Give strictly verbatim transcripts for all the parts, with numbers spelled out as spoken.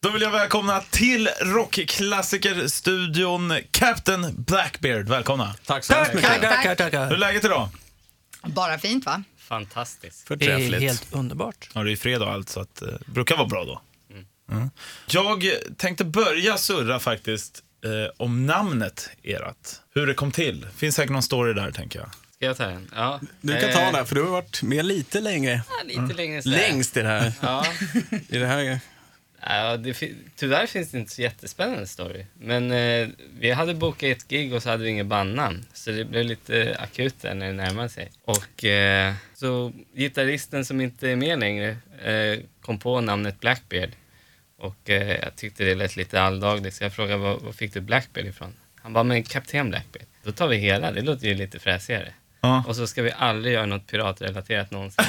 Då vill jag välkomna till rockklassikerstudion Captain Blackbeard. Välkomna. Tack så mycket. Tack, tack, tack. Hur är läget idag? Bara fint, va? Fantastiskt. För Det är träffligt. helt underbart. Ja, det är fredag och allt, så att det brukar vara bra då. Mm. Jag tänkte börja surra faktiskt eh, om namnet erat. Hur det kom till. Finns säkert någon story där, tänker jag. Ska jag ta den? Ja. Du kan ta den här, för du har varit med lite längre. Ja, lite längre sedan. Längst i det här. Ja. I det här. Ja, det fi- tyvärr finns det inte så jättespännande story. Men eh, vi hade bokat ett gig och så hade vi ingen bandnamn. Så det blev lite akut där när det närmade sig. Och eh, så gitarristen som inte är med längre eh, kom på namnet Blackbeard. Och eh, jag tyckte det lät lite alldagligt, så jag frågade var, var fick du Blackbeard ifrån? Han bara, men Kapten Blackbeard. Då tar vi hela, det låter ju lite fräsigare. Ja. Och så ska vi aldrig göra något piratrelaterat någonsin.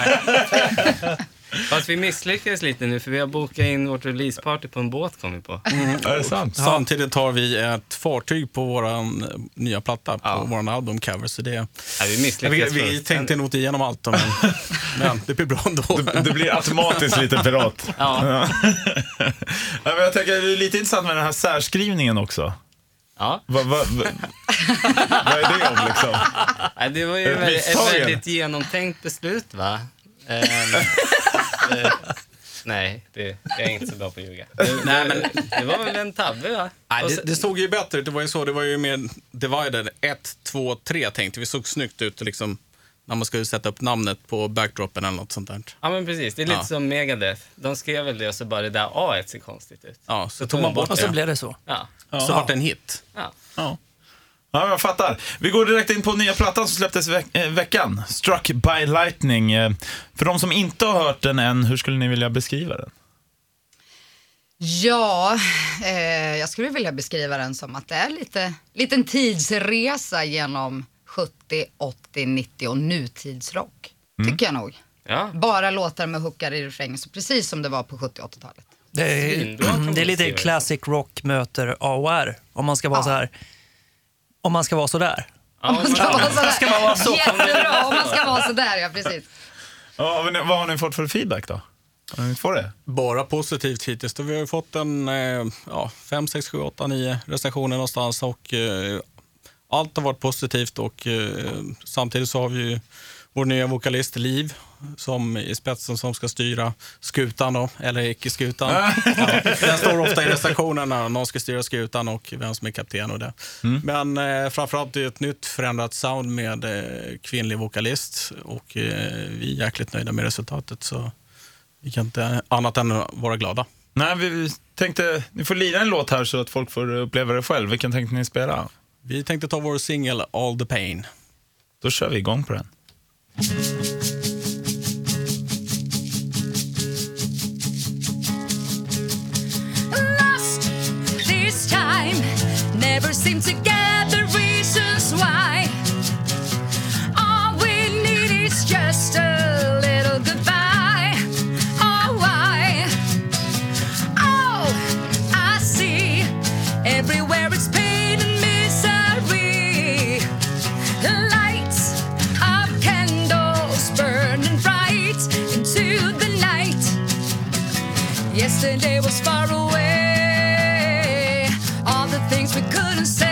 Fast vi misslyckades lite nu, för vi har bokat in vårt releaseparty på en båt, kom vi på. Mm. Är det sant? Samtidigt har vi ett fartyg på våran nya platta, på Ja. våran albumcover. Så det, Ja, vi vi, misslyckades vi först. tänkte nog inte igenom allt, men, men det blir bra ändå. Det, det blir automatiskt lite pirat. Ja. Ja. Ja, men jag tänker det är lite intressant med den här särskrivningen också. Ja. Vad va, va, vad är det om liksom? Nej, det var ju Ett väldigt, ett misstag. väldigt genomtänkt beslut, va? Ehm, eh, nej, det, jag är inte så bra på att ljuga. Det, Nej, men- det var väl en tabbe, va? Nej, Och det, så- det såg ju bättre ut. Det var ju så, det var ju mer divided. ett, två, tre tänkte vi. såg snyggt ut liksom, när man skulle sätta upp namnet på backdropen eller något sånt där. Ja, men precis. Det är lite Ja. som Megadeth. De skrev väl det och så bara det där A ser konstigt ut. Ja, så tog man bort Och så det. blev det så. Ja. Så vart det en hit. Ja. Ja. Ja, jag fattar. Vi går direkt in på nya plattan som släpptes i veck- eh, veckan. Struck by Lightning. Eh, För de som inte har hört den än, hur skulle ni vilja beskriva den? Ja, eh, jag skulle vilja beskriva den som att det är lite liten tidsresa genom sjuttio, åttio, nittio och nutidsrock. Tycker jag nog. Ja. Bara låtar med hookar i refrängen, så precis som det var på sjuttio och åttiotalet. Det är, Svinbra kan man det är lite beskriva det. classic rock möter A O R. Om man ska vara Ja. så här. Om man ska vara så där. Ja, Man ska vara sådär. Ska man vara så? Jättebra, om man ska vara sådär, ja precis. Ja, vad, vad har ni fått för feedback då? Har ni fått det? Bara positivt hittills. Då vi har ju fått en eh, ja, fem, sex, sju, åtta, nio recensioner någonstans. Och, eh, allt har varit positivt. Och, eh, samtidigt så har vi ju vår nya vokalist Liv som i spetsen som ska styra skutan då, eller icke-skutan. Ja, den står ofta i recensionen när någon ska styra skutan och vem som är kapten och det. Men eh, framförallt är det ett nytt förändrat sound med eh, kvinnlig vokalist och eh, vi är jäkligt nöjda med resultatet, så vi kan inte annat än vara glada. Nej, vi vi tänkte, ni får lira en låt här så att folk får uppleva det själv. Vilken tänkte ni spela? Vi tänkte ta vår singel All the Pain. Då kör vi igång på den. Lost this time, never seem to get the reasons why. All we need is just a little goodbye. Oh, why? Oh, I see everywhere it's pain and misery. Lights of candles burning bright into the night. Yesterday was far away. All the things we couldn't say.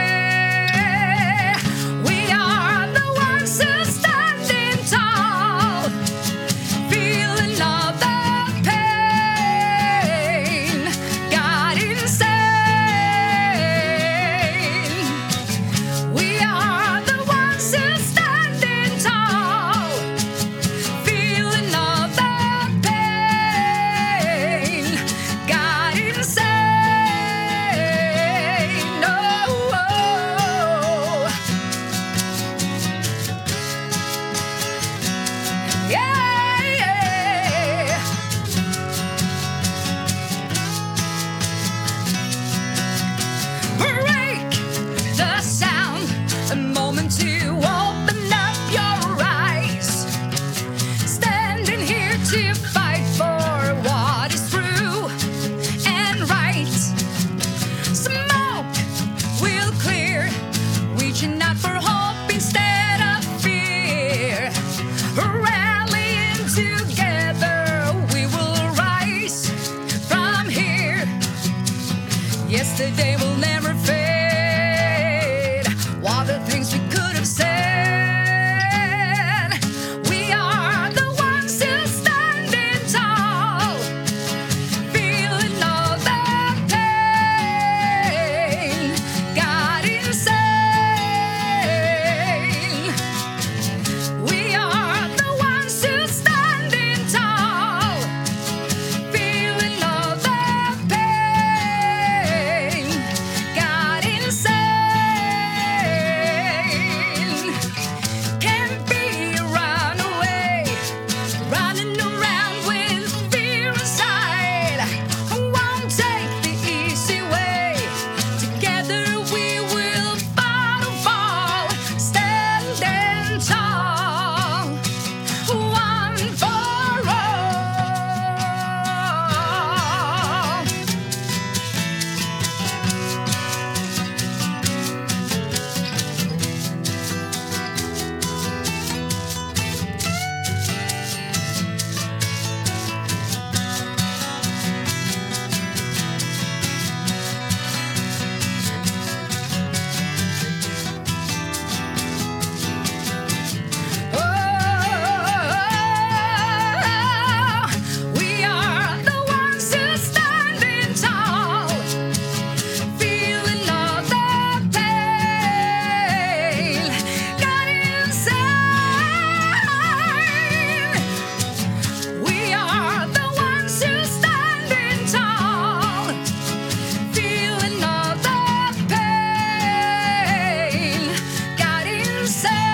We are the ones who standing tall, feeling all the pain, got insane. We are the ones who standing tall, feeling all the pain, got insane. Yesterday will never fade. What the things we could have said. We are the ones who standing tall, feeling all the pain, got insane. We are the ones who standing tall, feeling all the pain, got insane. Can't be run away, running around with fear inside. I won't take the easy way. Together we will fall, fall, standing tall, one for all. Oh, we are the ones who standing tall, feeling all the pain, got insane. We are the ones who standing tall, feeling all the pain, got insane.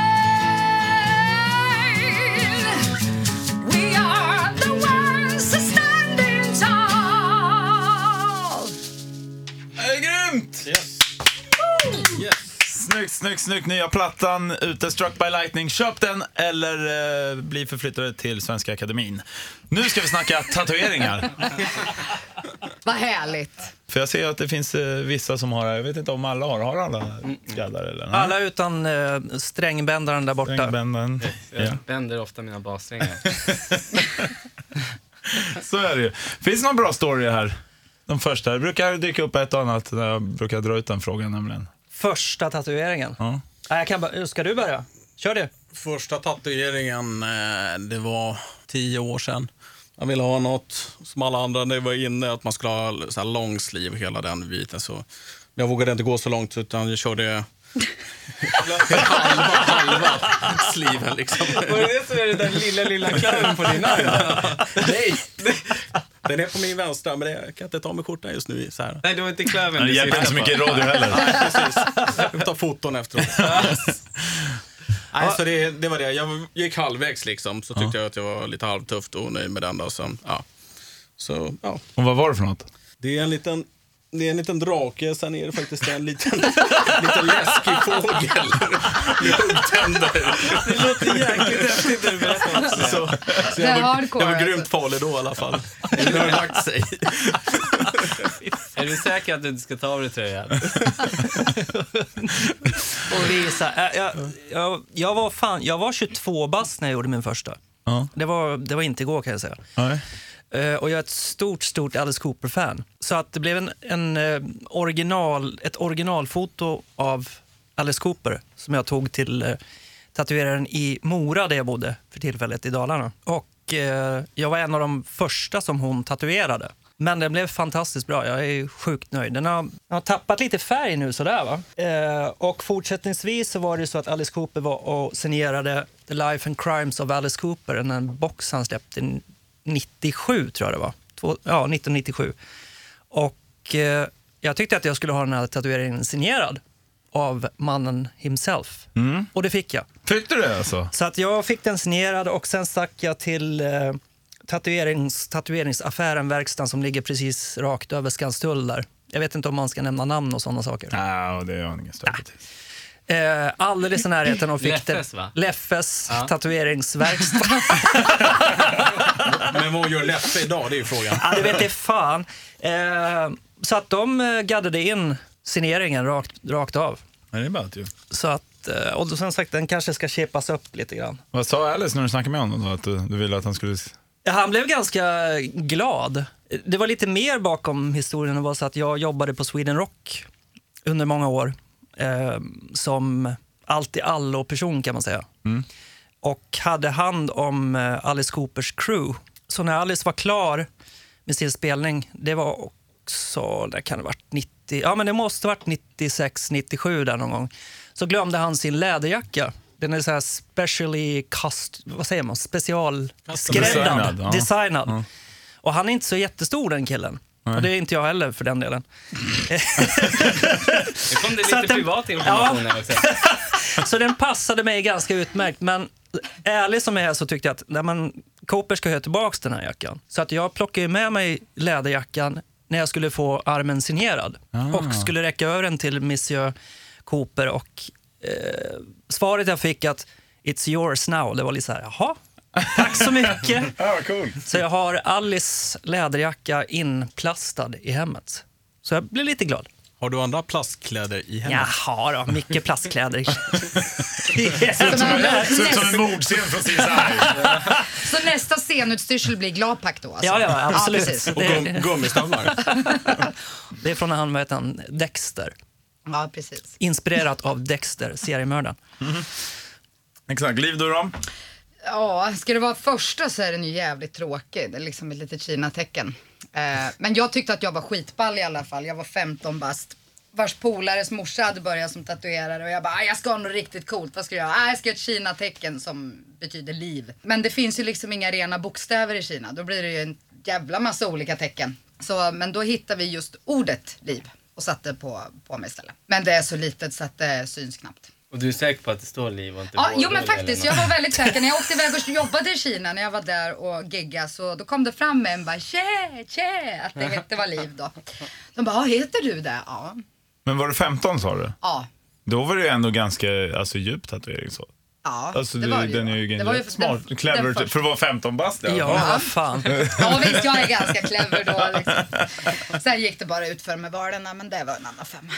We are the ones who standing tall. Det är grymt! Yes. Snyggt, snyggt, snyggt. Nya plattan ute, Struck by Lightning. Köp den eller eh, bli förflyttade till Svenska Akademin. Nu ska vi snacka tatueringar. Vad härligt. För jag ser att det finns eh, vissa som har, jag vet inte om alla har, har alla skaddar eller? Nej? Alla utan eh, strängbändaren där borta. Strängbänden. Jag Ja. bänder ofta mina bassträngar. Så är det ju. Finns det någon bra story här? De första, det brukar dyka upp ett och annat när jag brukar dra ut den frågan nämligen. Första tatueringen. Ja. Nej, jag kan bara, ska du börja? Kör det. Första tatueringen, eh, det var tio år sedan. Jag ville ha något som alla andra, det var inne att man skulle ha så här lång sleeve, hela den biten. Så jag vågade inte gå så långt utan jag körde halva, halva sleeven liksom. Var det det som är den där lilla, lilla klöven på din arm? Nej, den är på min vänstra, men jag kan inte ta med skjortan just nu. Så här. Nej, det var inte klöven. Det hjälper inte så mycket i radio heller. Nej, precis. Jag får ta foton efteråt. Nej, så det, det var det. Jag gick halvvägs liksom, så tyckte Ja. jag att jag var lite halvtufft och nöjd med den då. Så, ja. Så, ja. Och vad var det för något? Det är en liten, det är en liten drake, sen är det faktiskt en liten, liten läskig fågel med huggtänder. Det låter jäkligt häftigt när du berättar också. Så, så Det är jag, var, hardcore, jag var alltså. grymt farlig då i alla fall. Det har lagt sig. Är du säker att du inte ska ta av dig tröjan? Och visa. Jag, jag, jag, jag, var fan, jag var tjugotvå bast när jag gjorde min första. Ja. Det var, det var inte igår kan jag säga. Nej. Eh, och jag är ett stort, stort Alice Cooper-fan. Så att det blev en, en eh, original, ett originalfoto av Alice Cooper som jag tog till eh, tatueraren i Mora där jag bodde för tillfället i Dalarna. Och eh, jag var en av de första som hon tatuerade. Men den blev fantastiskt bra. Jag är sjukt nöjd. Den har, den har tappat lite färg nu sådär va. Eh, och fortsättningsvis så var det så att Alice Cooper var och signerade The Life and Crimes of Alice Cooper. En box han släppte nittiosju tror jag det var. Två, ja, nittonhundranittiosju. Och eh, jag tyckte att jag skulle ha den här tatueringen signerad av mannen himself. Mm. Och det fick jag. Fick du det alltså? Så att jag fick den signerad och sen stack jag till eh, tatuerings, tatueringsaffären, verkstaden som ligger precis rakt över Skanstull där. Jag vet inte om man ska nämna namn och sådana saker. Nej, det har ingen större betydelse. Eh, alldeles i närheten och fick Leffes, det, va? Leffes Ja. tatueringsverkstad. Men vad gör Leffe idag, det är ju frågan. Ja, det vet jag fan. Eh, så att de eh, gaddade in signeringen rakt, rakt av. Nej, det är bara ju. Så att, eh, och sen sagt, den kanske ska kepas upp lite grann. Vad sa Alice när du snackade med honom då? Att du, du ville att han skulle... Ja, han blev ganska glad. Det var lite mer bakom historien. Det var så att jag jobbade på Sweden Rock under många år. Eh, som allt i allo person kan man säga. Mm. Och hade hand om eh, Alice Coopers crew. Så när Alice var klar med sin spelning, det var också, det kan det ha varit nittio, ja men det måste ha varit nittiosex nittiosju där någon gång. Så glömde han sin läderjacka. Den är så här specially cust, vad säger man, special skräddad, designad. Ja. designad. Ja. Och han är inte så jättestor den killen. Nej. Och det är inte jag heller för den delen. Nu kom det lite privat information här också. Så den passade mig ganska utmärkt. Men ärligt som jag är så tyckte jag att när man, Cooper ska ha tillbaka den här jackan. Så att jag plockade med mig läderjackan när jag skulle få armen signerad. Ah. Och skulle räcka över den till Monsieur Cooper. Och eh, svaret jag fick att it's yours now. Det var lite så här, jaha. Tack så mycket. Ja, cool. Så jag har Alice läderjacka inplastad i hemmet. Så jag blir lite glad. Har du andra plastkläder i hemmet? Jaha då, mycket plastkläder. Ser ut som en mordscen från C S I. Så nästa scenutstyrsel blir gladpack då? Alltså. Ja, ja, absolut. Ja, och gum- gummistövlar. Det är från han, vad heter han, Dexter. Ja, precis. Inspirerat av Dexter, seriemördaren. Mm. Exakt, Liv du då? Ja, ska det vara första så är den ju jävligt tråkig. Det är liksom ett litet Kina-tecken. Eh, men jag tyckte att jag var skitball i alla fall. Jag var femton bast. Vars polares morsa hade börjat som tatuerare. Och jag bara, jag ska ha något riktigt coolt. Vad ska jag göra? Ah, jag ska göra ett Kina-tecken som betyder liv. Men det finns ju liksom inga rena bokstäver i Kina. Då blir det ju en jävla massa olika tecken. Så, men då hittar vi just ordet liv. Och satte på, på mig istället. Men det är så litet så att det syns knappt. Och du är säker på att det står liv och inte ja, vårdor, jo men faktiskt, jag var väldigt säker. När jag åkte iväg och jobbade i Kina, när jag var där och giggade, så då kom det fram en bara, tjä, tjä, att det hette var liv då. De bara, heter du det? Ja. Men var du femton sa du? Ja. Då var det ju ändå ganska alltså, djup tatuering så. Ja, alltså, det du, var det den är ju, det var ju smart, den, clever, den för att vara femton bast. Ja, ja, vad fan. Ja, visst, jag är ganska clever då. Liksom. Sen gick det bara ut för med varorna, men det var en annan femma.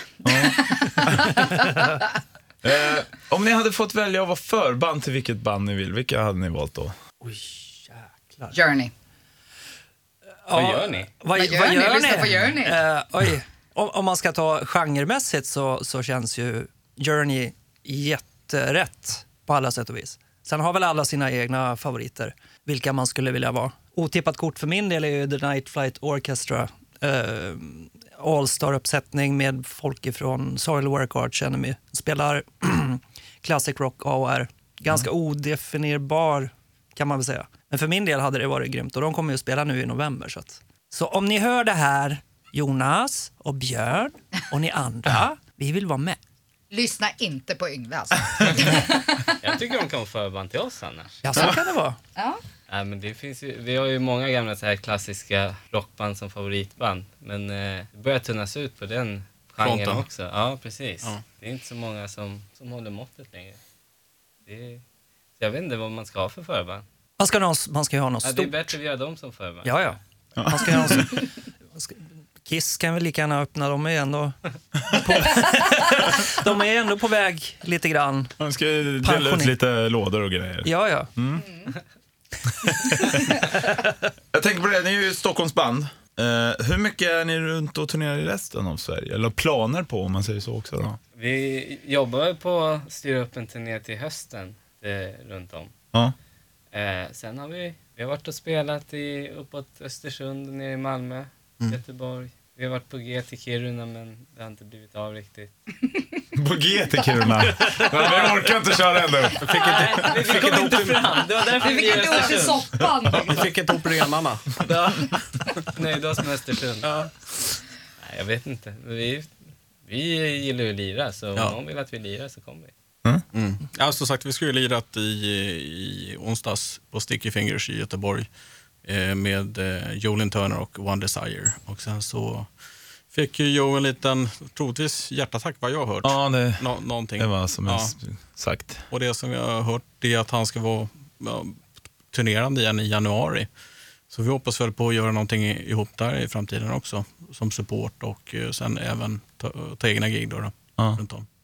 Ja. eh, om ni hade fått välja att vara förband till vilket band ni vill, vilka hade ni valt då? Oj, jäklar. Journey. Vad gör ni? Vad, Vad gör vad ni? gör Lyssna ni? på gör ni? Eh, oj. Om, om man ska ta genremässigt så, så känns ju Journey jätterätt på alla sätt och vis. Sen har väl alla sina egna favoriter, vilka man skulle vilja vara. Otippat kort för min del är ju The Night Flight Orchestra. Uh, All-star-uppsättning med folk ifrån Soilwork och Arch Enemy. Spelar classic rock A och R. Ganska mm. odefinierbar kan man väl säga. Men för min del hade det varit grymt. Och de kommer ju att spela nu i november. Så, att. så om ni hör det här, Jonas och Björn och ni andra, vi vill vara med. Lyssna inte på Yngve alltså. Jag tycker de kan vara förband till oss annars. Ja, så kan det vara. Ja. Ja, men det finns ju, vi har ju många gamla så här klassiska rockband som favoritband. Men eh, det börjar tunnas ut på den genren Fronten. också. Ja, precis. Ja. Det är inte så många som, som håller måttet längre. Det är, så jag vet inte vad man ska ha för förband. Man ska, ha, man ska ju ha något Ja, stort. det är bättre att göra dem som förband. Ja, ja. Man ska ha något, man ska, Kiss kan väl lika gärna öppna. De är ändå på, de är ändå på väg lite grann. Man ska dela ut lite lådor och grejer. Ja, ja. Mm. Jag tänker på det, ni är ju Stockholmsband. Uh, hur mycket är ni runt och turnerar i resten av Sverige? Eller planer på, om man säger så också då? Vi jobbar på att styra upp en turné till hösten eh, runt om. Ja. Eh, sen har vi, vi har varit och spelat i, uppåt Östersund, nere i Malmö, mm. Göteborg. Vi har varit på G till Kiruna, men det har inte blivit av riktigt. På G till Kiruna? Men jag orkar inte köra ändå. Vi fick inte, vi fick inte fram. Det var därför Vi fick inte upp i soppan. Vi fick inte ihop renarna. Ja. Nej, det var som Östersund. Ja. Nej, jag vet inte. Vi, vi gillar ju att lira, så Ja. om någon vill att vi lirar så kommer vi. Mm. Mm. Ja, som sagt, vi skulle ju lirat i, i onsdags på Sticky Fingers i Göteborg eh, med eh, Jolin Turner och One Desire. Och sen så fick ju Joe en liten, troligtvis hjärtattack vad jag har hört. Ja, det, Nå- någonting. det var som jag Ja. sagt. Och det som jag har hört är att han ska vara ja, turnerande igen i januari. Så vi hoppas väl på att göra någonting ihop där i framtiden också. Som support och eh, sen även ta, ta egna gig då, då Ja. runt om.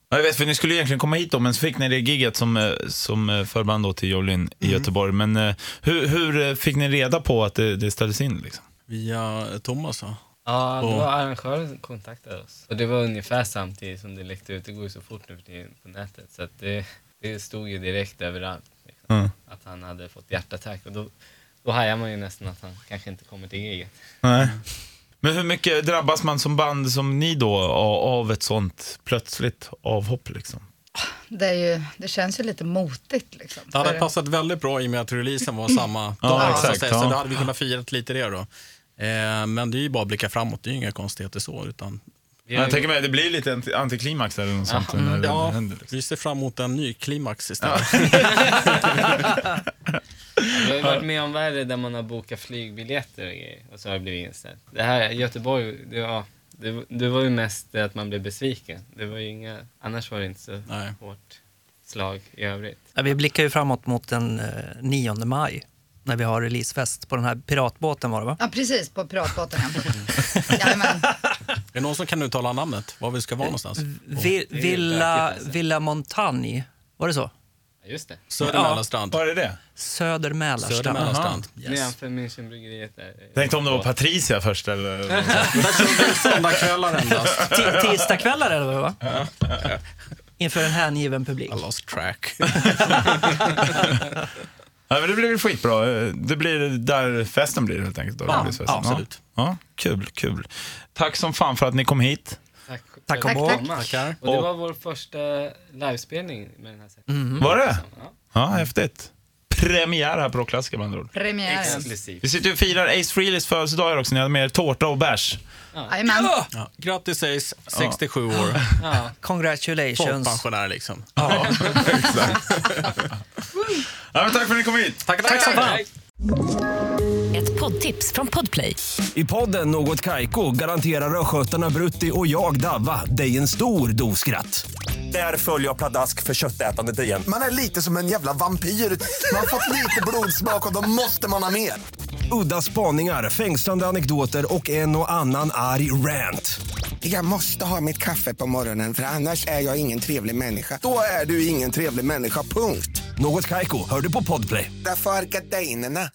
Ja, jag vet, för ni skulle egentligen komma hit då, men så fick ni det gigget som, som förband då till Jolin i mm. Göteborg. Men uh, hur, hur fick ni reda på att det, det ställdes in liksom? Via Thomas va? Ja, det var arrangören som kontaktade oss. Och det var ungefär samtidigt som det läckte ut. Det går ju så fort nu på nätet. Så att det, det stod ju direkt överallt. Liksom, mm. Att han hade fått hjärtattack. Och då, då hajar man ju nästan att han kanske inte kommer till giget. Nej. Men hur mycket drabbas man som band som ni då av ett sånt plötsligt avhopp liksom? Det, är ju, det känns ju lite motigt liksom. Det hade passat väldigt bra i och med att releasen var samma dag. Ja, exakt, så, ja. så då hade vi kunnat fira lite det då. Eh, men det är ju bara att blicka framåt, det är ju inga konstigheter så. Utan... Jag, jag tänker mig, det blir lite antiklimax eller något sånt. Mm, när ja, det händer, liksom. Vi ser fram emot en ny klimax istället. Ja. Jag har varit med om värre där man har bokat flygbiljetter och grejer, och så har det blivit inställt. Det här Göteborg, det var, det, det var ju mest att man blev besviken. Det var ju inga, annars var det inte så Nej. hårt slag i övrigt. Ja, vi blickar ju framåt mot den eh, nionde maj när vi har releasefest på den här piratbåten, var det va? Ja, precis, på piratbåten. Jajamän. Är det någon som kan uttala namnet? Var vi ska vara någonstans? Vi, Villa, Villa Montagne, var det så? Just det. Södermälarstrand. Var är det? Södermälarstrand. Södermälarstrand. Yes. Nedanför Münchenbryggeriet där. Tänkte om det var Patricia först eller något sånt. Där kör vi söndagskvällar endast. Tisdagskvällar eller vad? Ja. Inför en hängiven publik. I lost track. Ja, men det blir skitbra. Det blir där festen blir helt enkelt. Då. Ja, det blir ja, absolut. Ja. Ja, kul, kul. Tack som fan för att ni kom hit. Tack, tack, tack, tack. Tackar. Och det var vår första livespelning med den här sättet. Mm. Var det? Ja. Ja, häftigt. Premiär här på Rockklassiker, med andra ord. Premiär. Exklusivt. Vi sitter och firar Ace Frehley's födelsedagar också. Ni hade med er tårta och bärs. Jajamän. Ja. Ja. Grattis Ace, sextiosju år. Ja. Congratulations. Folkpensionär liksom. Ja, exakt. Ja, men tack för att ni kom hit. Tack, tack, tack som fan. Ett poddtips från Podplay. I podden Något Kaiko garanterar östgötarna Brutti och jag Davva dig en stor doskratt. Där följer jag pladask för köttätandet igen. Man är lite som en jävla vampyr. Man har fått lite blodsmak och då måste man ha mer. Udda spaningar, fängslande anekdoter och en och annan arg rant. Jag måste ha mitt kaffe på morgonen för annars är jag ingen trevlig människa. Då är du ingen trevlig människa, punkt. Något Kaiko, hör du på Podplay. Därför är gardinerna.